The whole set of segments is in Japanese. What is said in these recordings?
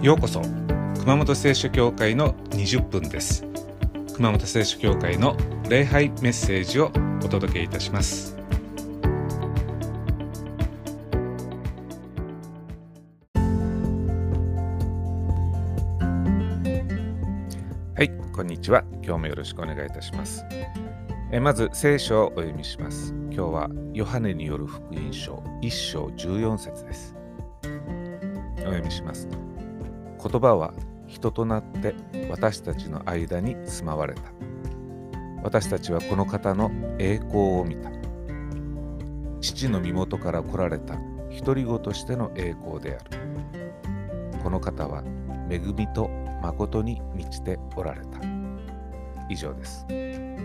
ようこそ熊本聖書教会の20分です。熊本聖書教会の礼拝メッセージをお届けいたします。はい、こんにちは。今日もよろしくお願いいたします。まず聖書をお読みします。今日はヨハネによる福音書1章14節です。お読みします。言葉は人となって私たちの間に住まわれた。私たちはこの方の栄光を見た。父の身元から来られた独り子としての栄光である。この方は恵みと誠に満ちておられた。以上です。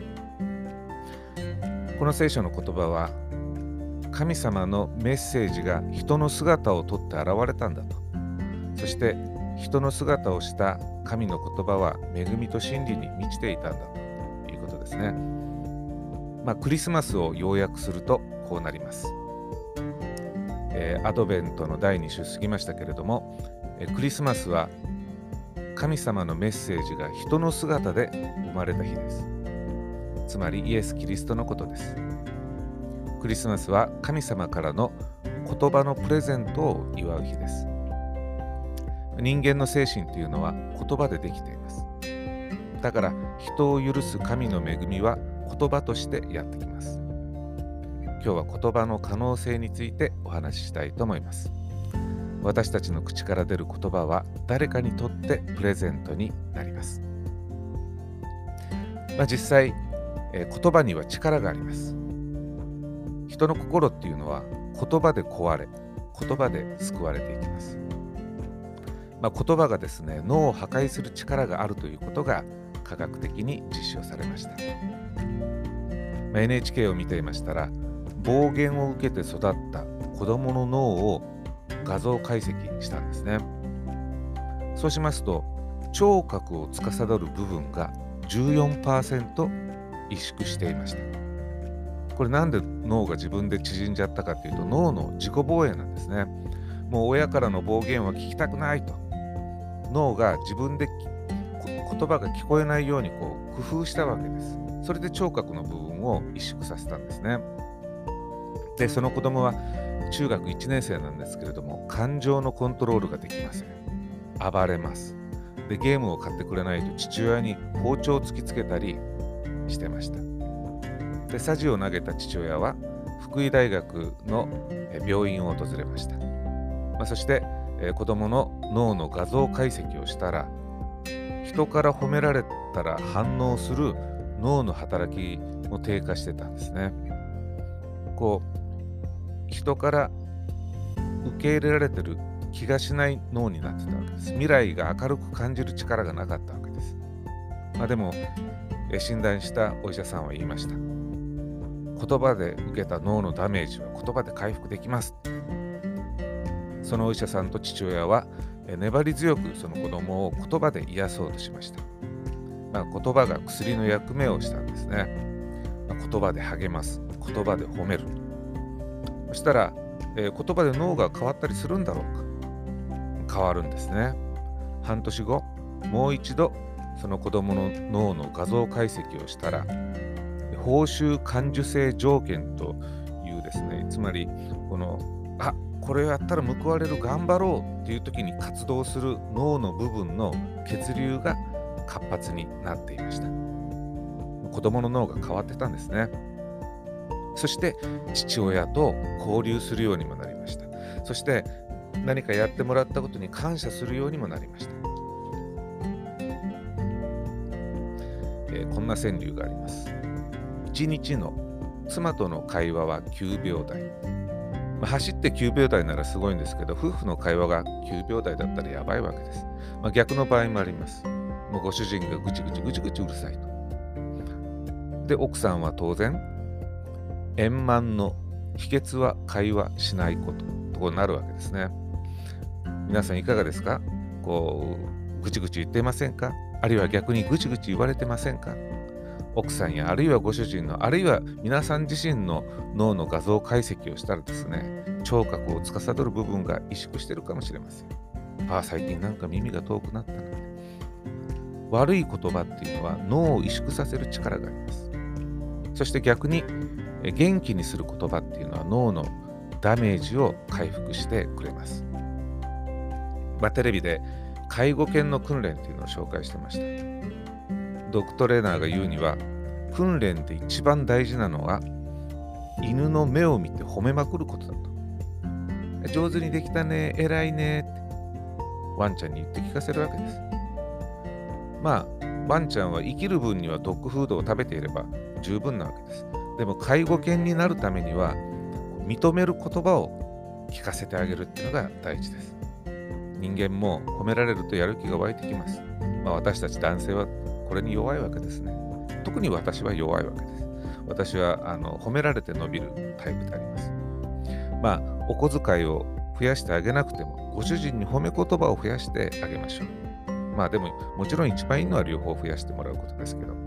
この聖書の言葉は、神様のメッセージが人の姿をとって現れたんだと。そして人の姿をした神の言葉は恵みと真理に満ちていたんだということですね。クリスマスを要約するとこうなります。アドベントの第2週過ぎましたけれども、クリスマスは神様のメッセージが人の姿で生まれた日です。つまりイエス・キリストのことです。クリスマスは神様からの言葉のプレゼントを祝う日です。人間の精神というのは言葉でできています。だから人を許す神の恵みは言葉としてやってきます。今日は言葉の可能性についてお話ししたいと思います。私たちの口から出る言葉は誰かにとってプレゼントになります。実際、言葉には力があります。人の心っていうのは言葉で壊れ、言葉で救われていきます。言葉がですね、脳を破壊する力があるということが科学的に実証されました。NHK を見ていましたら、暴言を受けて育った子どもの脳を画像解析したんですね。そうしますと、聴覚を司る部分が 14% 萎縮していました。これなんで脳が自分で縮んじゃったかというと、脳の自己防衛なんですね。もう親からの暴言は聞きたくないと。脳が自分で言葉が聞こえないように工夫したわけです。それで聴覚の部分を萎縮させたんですね。で、その子供は中学1年生なんですけれども、感情のコントロールができません。暴れます。で、ゲームを買ってくれないと父親に包丁を突きつけたりしてました。で、さじを投げた父親は福井大学の病院を訪れました。そして子供の脳の画像解析をしたら、人から褒められたら反応する脳の働きも低下してたんですね。人から受け入れられてる気がしない脳になってたわけです。未来が明るく感じる力がなかったわけです。でも診断したお医者さんは言いました。言葉で受けた脳のダメージは言葉で回復できます。そのお医者さんと父親は粘り強くその子供を言葉で癒そうとしました。言葉が薬の役目をしたんですね。言葉で励ます、言葉で褒める。そしたら、言葉で脳が変わったりするんだろうか。変わるんですね。半年後、もう一度その子供の脳の画像解析をしたら、報酬感受性条件というですね、つまりこれをやったら報われる、頑張ろうっていう時に活動する脳の部分の血流が活発になっていました。子供の脳が変わってたんですね。そして父親と交流するようにもなりました。そして何かやってもらったことに感謝するようにもなりました。こんな川柳があります。1日の妻との会話は9秒台。走って9秒台ならすごいんですけど、夫婦の会話が9秒台だったらやばいわけです。逆の場合もあります。もうご主人がぐちぐちうるさいと。で、奥さんは当然、円満の秘訣は会話しないこととなるわけですね。皆さんいかがですか？ぐちぐち言っていませんか？あるいは逆にぐちぐち言われてませんか？奥さんやあるいはご主人のあるいは皆さん自身の脳の画像解析をしたらですね、聴覚を司る部分が萎縮しているかもしれません。 最近なんか耳が遠くなったな。悪い言葉っていうのは脳を萎縮させる力があります。そして逆に元気にする言葉っていうのは脳のダメージを回復してくれます。テレビで介護犬の訓練っていうのを紹介してました。ドッグトレーナーが言うには、訓練で一番大事なのは犬の目を見て褒めまくることだと。上手にできたね、偉いねってワンちゃんに言って聞かせるわけです。ワンちゃんは生きる分にはドッグフードを食べていれば十分なわけです。でも介護犬になるためには認める言葉を聞かせてあげるっていうのが大事です。人間も褒められるとやる気が湧いてきます。私たち男性はこれに弱いわけですね。特に私は弱いわけです。私は褒められて伸びるタイプであります。お小遣いを増やしてあげなくても、ご主人に褒め言葉を増やしてあげましょう。でももちろん一番いいのは両方増やしてもらうことですけど、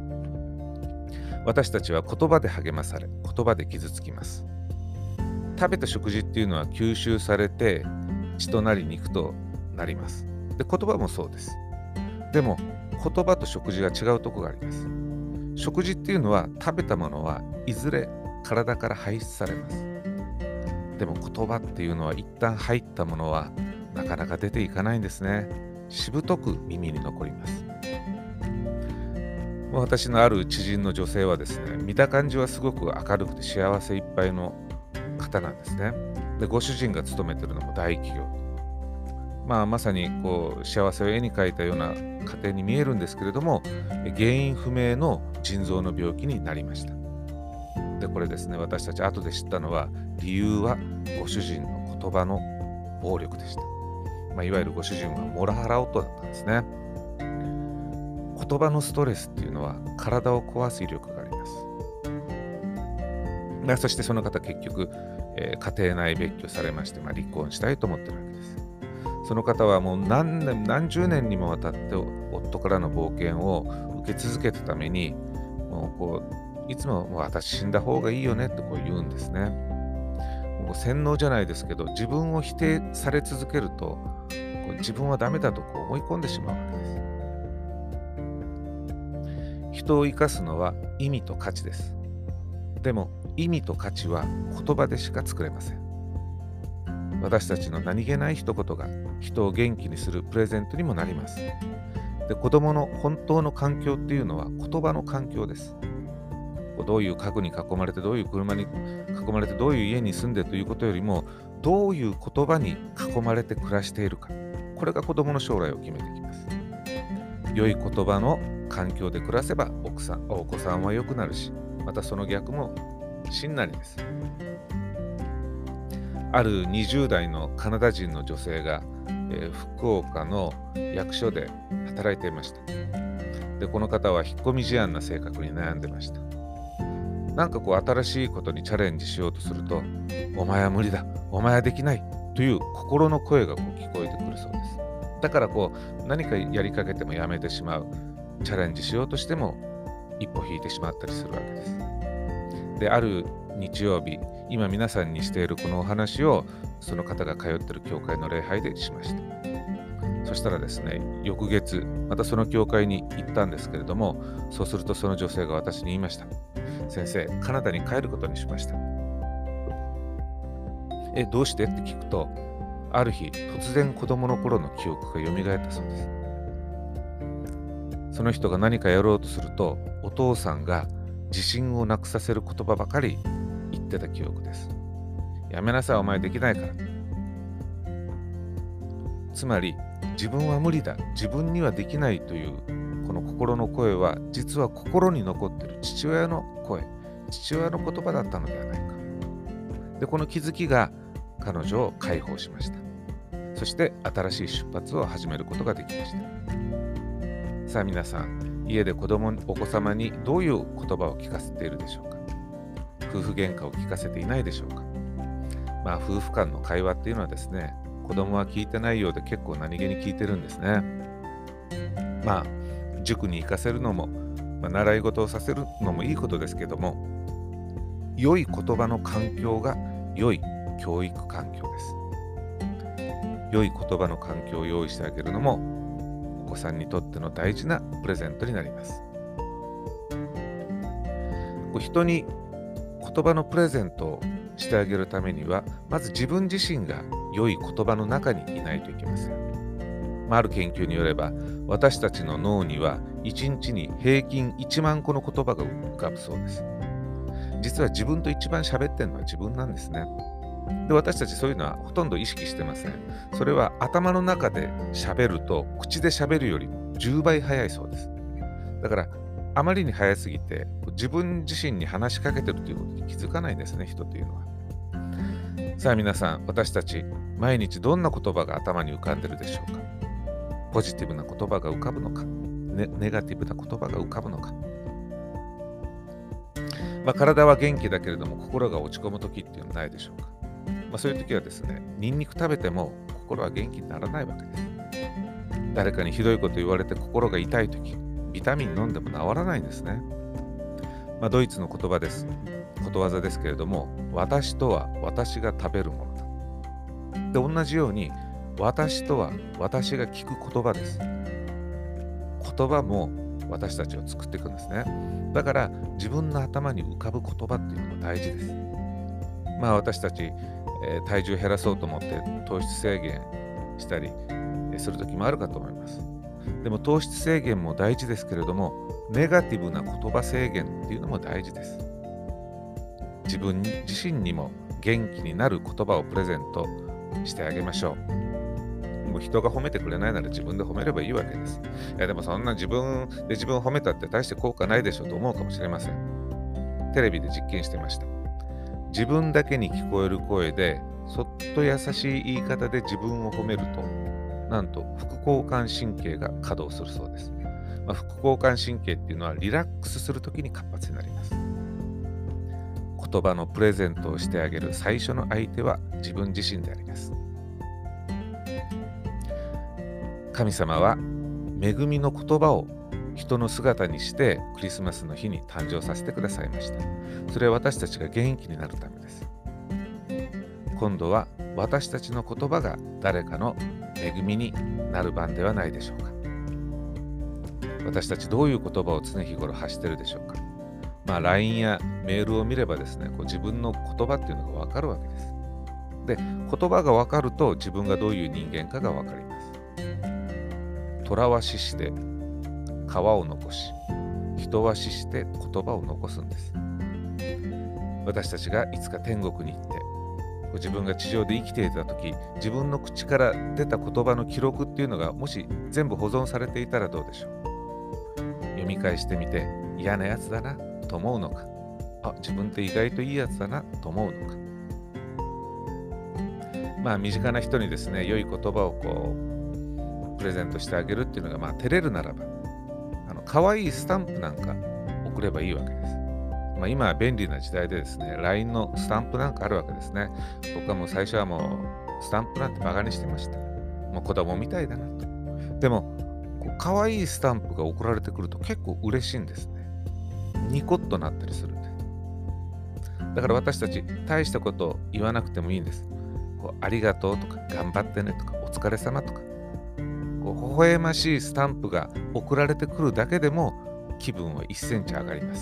私たちは言葉で励まされ、言葉で傷つきます。食べた食事っていうのは吸収されて血となり肉となります。で、言葉もそうです。でも言葉と食事が違うところがあります。食事っていうのは食べたものはいずれ体から排出されます。でも言葉っていうのは一旦入ったものはなかなか出ていかないんですね。しぶとく耳に残ります。私のある知人の女性はですね、見た感じはすごく明るくて幸せいっぱいの方なんですね。で、ご主人が勤めてるのも大企業。まさに幸せを絵に描いたような家庭に見えるんですけれども、原因不明の腎臓の病気になりました。で、これですね、私たち後で知ったのは、理由はご主人の言葉の暴力でした。いわゆるご主人はモラハラ夫だったんですね。言葉のストレスっていうのは体を壊す威力があります。そしてその方結局、家庭内別居されまして、離婚したいと思ってるわけです。その方はもう何十年にもわたって夫からの冒険を受け続けたために、いつも私死んだ方がいいよねって言うんですね。洗脳じゃないですけど、自分を否定され続けると自分はダメだと思い込んでしまうわけです。人を生かすのは意味と価値です。でも意味と価値は言葉でしか作れません。私たちの何気ない一言が人を元気にするプレゼントにもなります。で、子供の本当の環境っていうのは言葉の環境です。どういう家具に囲まれて、どういう車に囲まれて、どういう家に住んでということよりも、どういう言葉に囲まれて暮らしているか、これが子供の将来を決めてきます。良い言葉の環境で暮らせばお子さんは良くなるし、またその逆も真なりです。ある20代のカナダ人の女性が、福岡の役所で働いていました。で、この方は引っ込み思案な性格に悩んでました。なんか新しいことにチャレンジしようとすると、お前は無理だ、お前はできないという心の声が聞こえてくるそうです。だから何かやりかけてもやめてしまう、チャレンジしようとしても一歩引いてしまったりするわけです。で、ある日曜日、今皆さんにしているこのお話をその方が通っている教会の礼拝でしました。そしたらですね、翌月またその教会に行ったんですけれども、そうするとその女性が私に言いました。先生、カナダに帰ることにしました。どうしてって聞くと、ある日突然子供の頃の記憶がよみがえったそうです。その人が何かやろうとすると、お父さんが自信をなくさせる言葉ばかり言ってた記憶です。やめなさい、お前できないから。つまり、自分は無理だ、自分にはできないというこの心の声は、実は心に残っている父親の声、父親の言葉だったのではないか。で、この気づきが彼女を解放しました。そして新しい出発を始めることができました。さあ皆さん、家でお子様にどういう言葉を聞かせているでしょうか。夫婦喧嘩を聞かせていないでしょうか。夫婦間の会話っていうのはですね、子供は聞いてないようで結構何気に聞いてるんですね。塾に行かせるのも、習い事をさせるのもいいことですけども、良い言葉の環境が良い教育環境です。 良い言葉の環境を用意してあげるのもお子さんにとっての大事なプレゼントになります。人に言葉のプレゼントをしてあげるためには、まず自分自身が良い言葉の中にいないといけません。ある研究によれば、私たちの脳には1日に平均1万個の言葉が浮かぶそうです。実は自分と一番喋ってるのは自分なんですね。で、私たちそういうのはほとんど意識してません。それは頭の中で喋ると口で喋るよりも10倍早いそうです。だからあまりに早すぎて自分自身に話しかけてるということに気づかないんですね、人というのは。さあ皆さん、私たち毎日どんな言葉が頭に浮かんでるでしょうか。ポジティブな言葉が浮かぶのか、ネガティブな言葉が浮かぶのか。体は元気だけれども心が落ち込む時っていうのはないでしょうか。そういう時はですね、ニンニク食べても心は元気にならないわけです。誰かにひどいこと言われて心が痛い時、ビタミン飲んでも治らないんですね。ドイツの言葉です。ことわざですけれども、私とは私が食べるものだ。で、同じように、私とは私が聞く言葉です。言葉も私たちを作っていくんですね。だから自分の頭に浮かぶ言葉っていうのも大事です。私たち、体重減らそうと思って糖質制限したりする時もあるかと思います。でも糖質制限も大事ですけれども、ネガティブな言葉制限っていうのも大事です。自分自身にも元気になる言葉をプレゼントしてあげましょう。もう人が褒めてくれないなら自分で褒めればいいわけです。でもそんな自分で自分を褒めたって大して効果ないでしょと思うかもしれません。テレビで実験してました。自分だけに聞こえる声でそっと優しい言い方で自分を褒めると、なんと副交感神経が稼働するそうです。副交感神経っていうのはリラックスするときに活発になります。言葉のプレゼントをしてあげる最初の相手は自分自身であります。神様は恵みの言葉を人の姿にしてクリスマスの日に誕生させてくださいました。それは私たちが元気になるためです。今度は私たちの言葉が誰かの恵みになる番ではないでしょうか。私たちどういう言葉を常日頃発しているでしょうか。LINE やメールを見ればですね、自分の言葉っていうのがわかるわけです。で、言葉がわかると自分がどういう人間かがわかります。虎は死して皮を残し、人は死して言葉を残すんです。私たちがいつか天国に行って自分が地上で生きていた時、自分の口から出た言葉の記録っていうのがもし全部保存されていたらどうでしょう。読み返してみて嫌なやつだなと思うのか、自分って意外といいやつだなと思うのか。身近な人にですね、良い言葉をプレゼントしてあげるっていうのが照れるならば、可愛いスタンプなんか送ればいいわけです。今は便利な時代でですね、LINE のスタンプなんかあるわけですね。僕はもう最初はもうスタンプなんてバカにしてました。もう子供みたいだなと。でも可愛いスタンプが送られてくると結構嬉しいんですね。ニコッとなったりするんです。だから私たち大したことを言わなくてもいいんです。ありがとうとか頑張ってねとかお疲れ様とか、微笑ましいスタンプが送られてくるだけでも気分は1センチ上がります。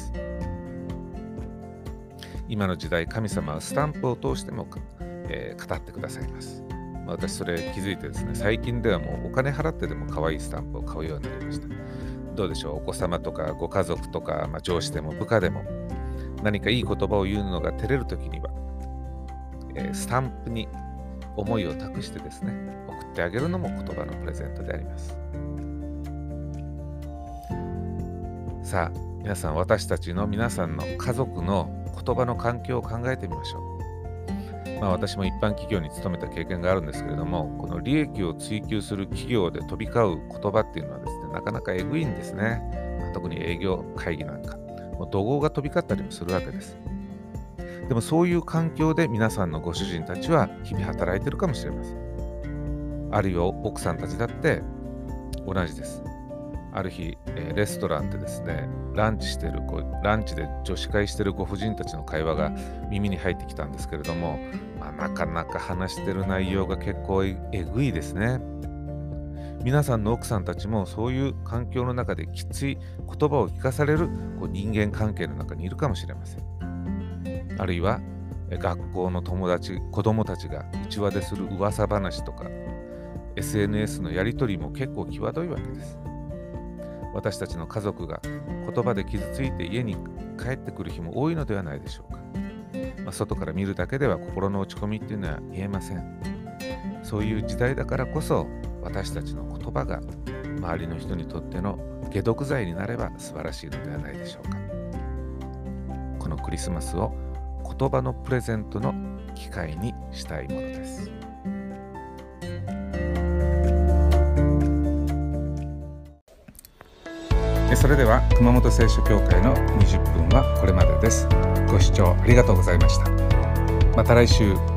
今の時代、神様はスタンプを通しても、語ってくださいます。私それ気づいてですね、最近ではもうお金払ってでも可愛いスタンプを買うようになりました。どうでしょう、お子様とかご家族とか、上司でも部下でも何かいい言葉を言うのが照れるときには、スタンプに思いを託してですね、送ってあげるのも言葉のプレゼントであります。さあ皆さん、私たちの皆さんの家族の言葉の環境を考えてみましょう。私も一般企業に勤めた経験があるんですけれども、この利益を追求する企業で飛び交う言葉っていうのはですね、なかなかえぐいんですね。特に営業会議なんか、もう怒号が飛び交ったりもするわけです。でもそういう環境で皆さんのご主人たちは日々働いているかもしれません。あるいは奥さんたちだって同じです。 ある日、レストランでですね、ランチで女子会してるご婦人たちの会話が耳に入ってきたんですけれども、なかなか話してる内容が結構えぐいですね。皆さんの奥さんたちもそういう環境の中できつい言葉を聞かされる人間関係の中にいるかもしれません。あるいは学校の子供たちが内輪でする噂話とか SNS のやり取りも結構際どいわけです。私たちの家族が言葉で傷ついて家に帰ってくる日も多いのではないでしょうか。外から見るだけでは心の落ち込みっていうのは言えません。そういう時代だからこそ私たちの言葉が周りの人にとっての解毒剤になれば素晴らしいのではないでしょうか。このクリスマスを言葉のプレゼントの機会にしたいものです。それでは熊本聖書協会の20分はこれまでです。ご視聴ありがとうございました。また来週。